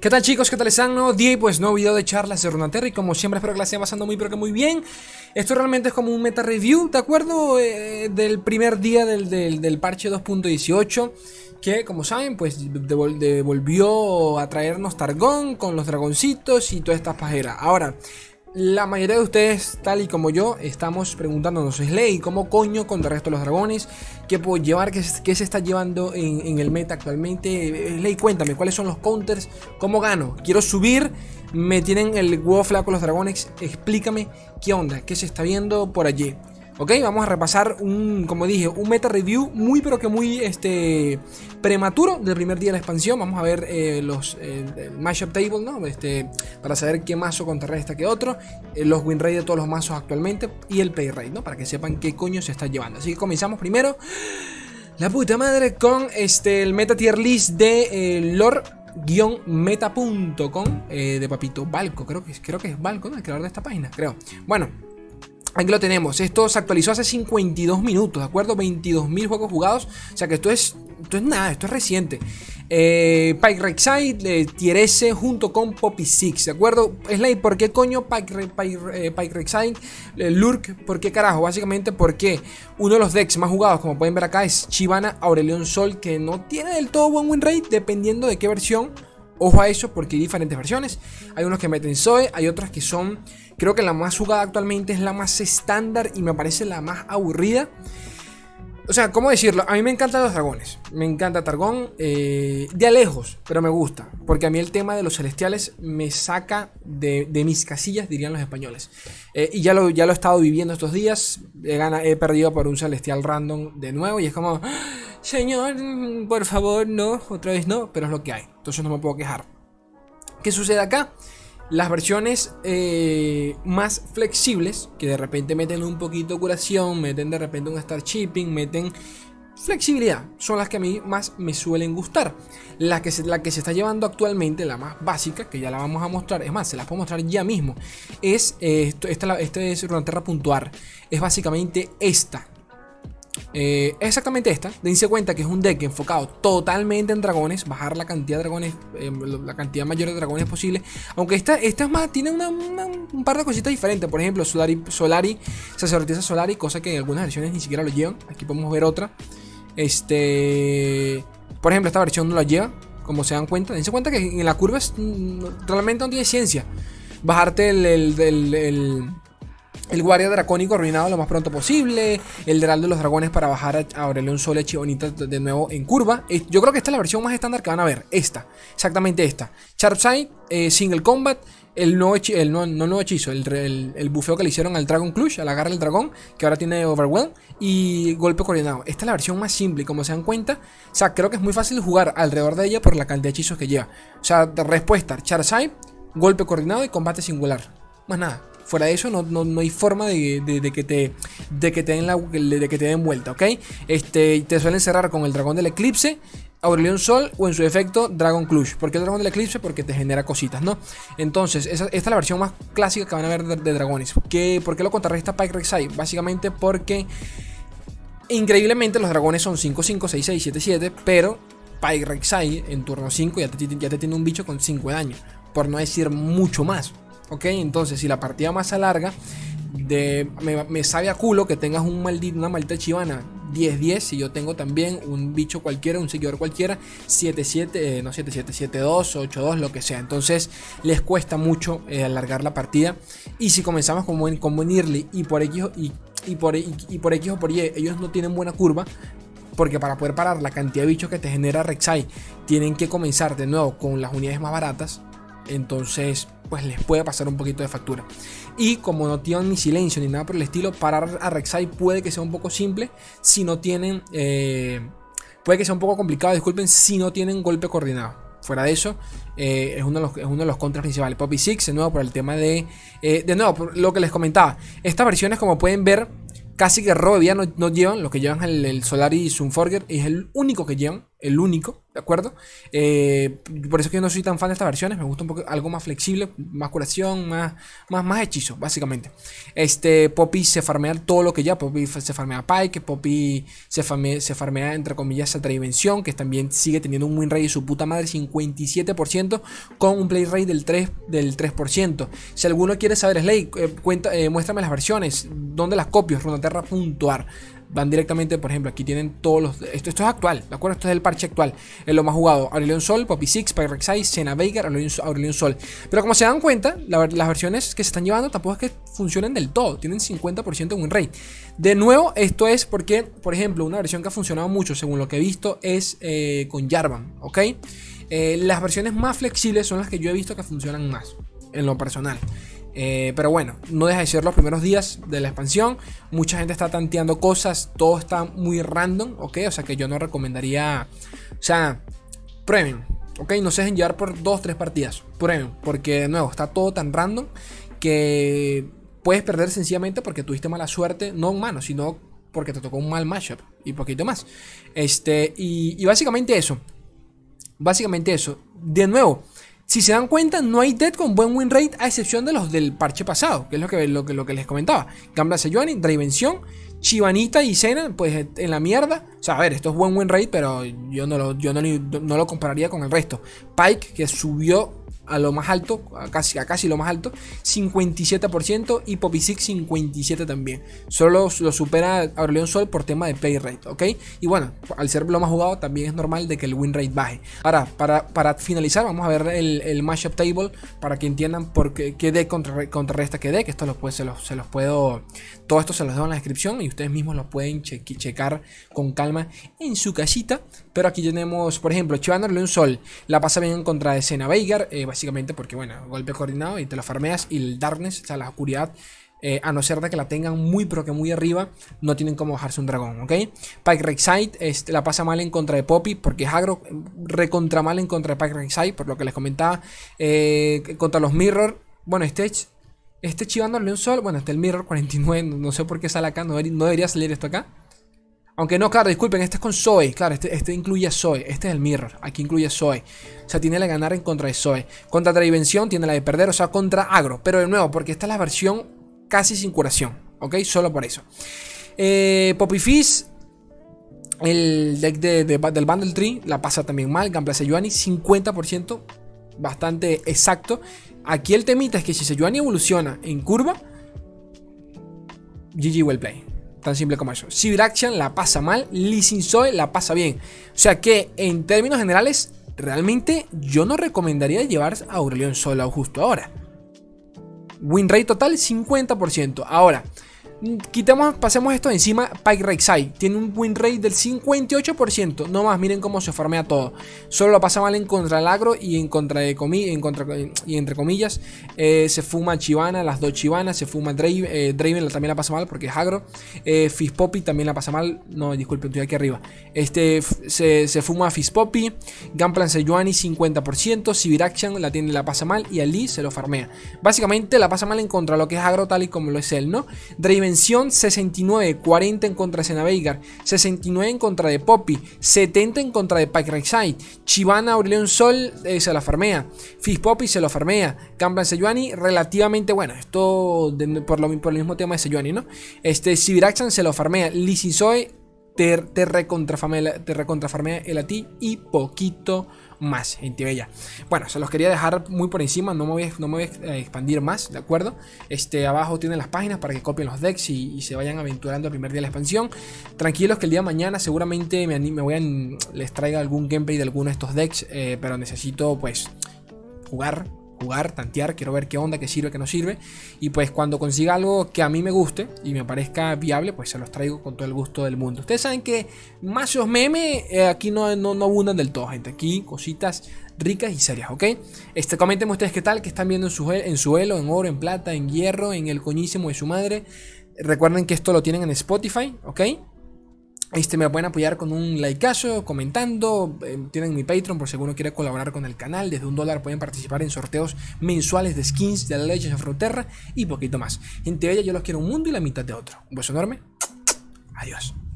¿Qué tal, chicos? ¿Qué tal están? Nuevo día y pues nuevo video de charlas de Runeterra. Y como siempre espero que la estén pasando muy pero que muy bien. Esto realmente es como un meta review, ¿de acuerdo? Del primer día del parche 2.18, que como saben pues volvió a traernos Targón con los dragoncitos y toda esta pajera. Ahora, la mayoría de ustedes, tal y como yo, estamos preguntándonos: Slay, ¿cómo coño contrarresto los dragones? ¿Qué puedo llevar? ¿Qué se está llevando en el meta actualmente? Slay, cuéntame, ¿cuáles son los counters? ¿Cómo gano? Quiero subir, me tienen el huevo flaco los dragones. Explícame qué onda, qué se está viendo por allí. Ok, vamos a repasar como dije, un meta review muy pero que muy prematuro del primer día de la expansión. Vamos a ver el mashup table, ¿no? Para saber qué mazo contrarresta que otro, los win rate de todos los mazos actualmente y el play rate, ¿no? Para que sepan qué coño se está llevando. Así que comenzamos primero, la puta madre, con el meta tier list de lore-meta.com de Papito Balco. Creo que es Balco, ¿no? El creador de esta página, creo. Bueno, aquí lo tenemos. Esto se actualizó hace 52 minutos, ¿de acuerdo? 22.000 juegos jugados. O sea que esto es nada, esto es reciente. Pyrekexile, Tier S junto con Poppy Six, ¿de acuerdo? Slay, ¿por qué coño Pyrekexile? Lurk, ¿por qué carajo? Básicamente porque uno de los decks más jugados, como pueden ver acá, es Shyvana Aurelion Sol, que no tiene del todo buen win rate, dependiendo de qué versión. Ojo a eso, porque hay diferentes versiones. Hay unos que meten Zoe, hay otras que son... Creo que la más jugada actualmente es la más estándar y me parece la más aburrida. O sea, ¿cómo decirlo? A mí me encantan los dragones. Me encanta Targón de a lejos, pero me gusta. Porque a mí el tema de los celestiales me saca de mis casillas, dirían los españoles. Y ya lo he estado viviendo estos días. He perdido por un celestial random de nuevo y es como... Señor, por favor, no, otra vez no. Pero es lo que hay, entonces no me puedo quejar. ¿Qué sucede acá? Las versiones más flexibles, que de repente meten un poquito de curación, meten de repente un star chipping, meten flexibilidad, son las que a mí más me suelen gustar. La que se está llevando actualmente, la más básica, que ya la vamos a mostrar, es más, se las puedo mostrar ya mismo, es esta es Runeterra.ar. Es básicamente esta. Exactamente esta. Dense cuenta que es un deck enfocado totalmente en dragones. Bajar la cantidad de dragones, la cantidad mayor de dragones posible. Aunque esta es más, tiene un par de cositas diferentes. Por ejemplo, Solari, sacerdotisa Solari, cosa que en algunas versiones ni siquiera lo llevan. Aquí podemos ver otra. Por ejemplo, esta versión no la lleva, como se dan cuenta. Dense cuenta que en la curva realmente no tiene ciencia. Bajarte el guardia dracónico arruinado lo más pronto posible. El heraldo de los dragones para bajar a Aurelion Sol y Chibonita de nuevo en curva. Yo creo que esta es la versión más estándar que van a ver. Esta, exactamente esta. Sharpside, Single Combat. El nuevo hechizo, el bufeo que le hicieron al Dragon Clutch, al agarre del dragón, que ahora tiene Overwhelm. Y golpe coordinado. Esta es la versión más simple, y como se dan cuenta, o sea, creo que es muy fácil jugar alrededor de ella por la cantidad de hechizos que lleva. O sea, de respuesta, Sharpside, golpe coordinado y combate singular. Más nada. Fuera de eso no hay forma de que te den vuelta, ¿ok? Te suelen cerrar con el dragón del eclipse, Aurelion Sol o en su defecto Dragon Clutch. ¿Por qué el dragón del eclipse? Porque te genera cositas, ¿no? Entonces, esta es la versión más clásica que van a ver de dragones. ¿Por qué lo contrarresta Pyrekexile? Básicamente porque increíblemente los dragones son 5-5, 6-6, 7-7, pero Pyrekexile en turno 5 ya te tiene un bicho con 5 de daño, por no decir mucho más. Ok, entonces si la partida más se alarga, me sabe a culo que tengas una maldita Shyvana 10-10, si yo tengo también un bicho cualquiera, un seguidor cualquiera 7-7, no 7-7, 7-2, 8-2, lo que sea. Entonces les cuesta mucho alargar la partida. Y si comenzamos con buen early y por X o por Y ellos no tienen buena curva, porque para poder parar la cantidad de bichos que te genera Rek'Sai tienen que comenzar de nuevo con las unidades más baratas. Entonces pues les puede pasar un poquito de factura. Y como no tienen ni silencio ni nada por el estilo, parar a Rek'Sai puede que sea un poco simple si no tienen puede que sea un poco complicado, disculpen, si no tienen golpe coordinado. Fuera de eso, es uno de los contras principales. Poppy Six, de nuevo por el tema de nuevo, por lo que les comentaba, estas versiones, como pueden ver, casi que robo de vida no llevan. Lo que llevan el Solari y Sunforger es el único que llevan. el único, ¿de acuerdo? Por eso es que yo no soy tan fan de estas versiones. Me gusta un poco algo más flexible, más curación, más hechizo, básicamente. Poppy se farmea todo lo que ya. Poppy se farmea Pike, Poppy se farmea entre comillas Alta Dimensión, que también sigue teniendo un win rate de su puta madre, 57%, con un play rate del 3%. Si alguno quiere saber, Slay, muéstrame las versiones, dónde las copio, runaterra.ar. Van directamente, por ejemplo, aquí tienen todos los... Esto es actual, ¿de acuerdo? Esto es el parche actual. Es lo más jugado: Aurelion Sol, Poppy Six, Pyrexide, Senna Veigar, Aurelion Sol. Pero como se dan cuenta, las versiones que se están llevando tampoco es que funcionen del todo. Tienen 50% de win rate. De nuevo, esto es porque, por ejemplo, una versión que ha funcionado mucho, según lo que he visto, es con Jarvan, ¿ok? Las versiones más flexibles son las que yo he visto que funcionan más, en lo personal. Pero bueno, no deja de ser los primeros días de la expansión. Mucha gente está tanteando cosas. Todo está muy random, ¿ok? O sea que yo no recomendaría... O sea, prueben, ¿ok? No se dejen llevar por 2-3 partidas. Prueben, porque de nuevo, está todo tan random que puedes perder sencillamente porque tuviste mala suerte. No en mano, sino porque te tocó un mal matchup y poquito más. Y básicamente eso. Básicamente eso. De nuevo, si se dan cuenta, no hay dead con buen win rate, a excepción de los del parche pasado, que es lo que les comentaba. Gambler Sejuani, Dravención, Chivanita y Senna, pues en la mierda. O sea, a ver, esto es buen win rate, pero yo no lo compararía con el resto. Pike, que subió a lo más alto, a casi lo más alto, 57%, y Poppy Six 57% también. Solo lo supera Aurelion Sol por tema de play rate, ¿ok? Y bueno, al ser lo más jugado también es normal de que el win rate baje. Ahora, para finalizar, vamos a ver el matchup table para que entiendan por qué deck contrarresta qué deck. Esto se los puedo... Todo esto se los dejo en la descripción y ustedes mismos lo pueden checar con calma en su casita. Pero aquí tenemos, por ejemplo, Chivana Aurelion Sol la pasa bien en contra de Senna Veigar, básicamente porque, bueno, golpe coordinado y te lo farmeas. Y el Darkness, o sea, la oscuridad, a no ser de que la tengan muy pero que muy arriba, no tienen cómo bajarse un dragón, ¿ok? Pyrexide la pasa mal en contra de Poppy porque es agro, recontra mal en contra de Pyrexide, por lo que les comentaba. Contra los Mirror, bueno, Chivando Aurelion Sol, bueno, el Mirror 49, no sé por qué sale acá, no debería salir esto acá. Aunque no, claro, disculpen, este es con Zoe. Claro, este incluye a Zoe. Este es el Mirror. Aquí incluye a Zoe. O sea, tiene la de ganar en contra de Zoe. Contra Dravención tiene la de perder, o sea, contra agro. Pero de nuevo, porque esta es la versión casi sin curación, ¿ok? Solo por eso. Poppy Fizz, el deck del Bundle Tree, la pasa también mal. Gambler Sejuani, 50%. Bastante exacto. Aquí el temita es que si Sejuani evoluciona en curva, GG well play. Tan simple como eso. Siviraxian la pasa mal, Lee Sin Zoe la pasa bien. O sea que en términos generales, realmente yo no recomendaría llevar a Aurelion Sol justo ahora. Win rate total 50%. Ahora, pasemos esto de encima. Pyrexide tiene un win rate del 58%. No más, miren cómo se farmea todo. Solo lo pasa mal en contra del agro y en contra de y entre comillas. Se fuma Chivana, las dos Chivanas. Se fuma Draven también la pasa mal porque es agro. Fizz Poppy también la pasa mal. No, disculpen, estoy aquí arriba. Se fuma Fizz Poppy. Gunplan Sejuani 50%. Siviraxian la pasa mal. Y Ali se lo farmea. Básicamente la pasa mal en contra de lo que es agro, tal y como lo es él, ¿no? Draven 69, 40 en contra de Senna Veigar, 69 en contra de Poppy, 70 en contra de Pyrexide. Chivana Aurelion Sol se la farmea, Fizz Poppy se lo farmea, Gambler Sejuani relativamente bueno, esto por el mismo tema de Sejuani, ¿no? Siviraxian se lo farmea, Lee Sin Zoe te recontrafarmea el a ti y poquito más, gente bella. Bueno, se los quería dejar muy por encima, no me voy a expandir más, ¿de acuerdo? Abajo tienen las páginas para que copien los decks y se vayan aventurando el primer día de la expansión. Tranquilos que el día de mañana seguramente les traiga algún gameplay de alguno de estos decks, pero necesito pues jugar, tantear, quiero ver qué onda, qué sirve, qué no sirve. Y pues cuando consiga algo que a mí me guste y me parezca viable, pues se los traigo con todo el gusto del mundo. Ustedes saben que mazos meme aquí no abundan del todo, gente. Aquí cositas ricas y serias, ¿ok? Coméntenme ustedes qué tal, que están viendo en su elo, en oro, en plata, en hierro, en el coñísimo de su madre. Recuerden que esto lo tienen en Spotify, ¿ok? Me pueden apoyar con un likeazo, comentando. Tienen mi Patreon por si alguno quiere colaborar con el canal. Desde $1 pueden participar en sorteos mensuales de skins de Legends of Runeterra y poquito más. Gente bella, yo los quiero un mundo y la mitad de otro. Un beso enorme. Adiós.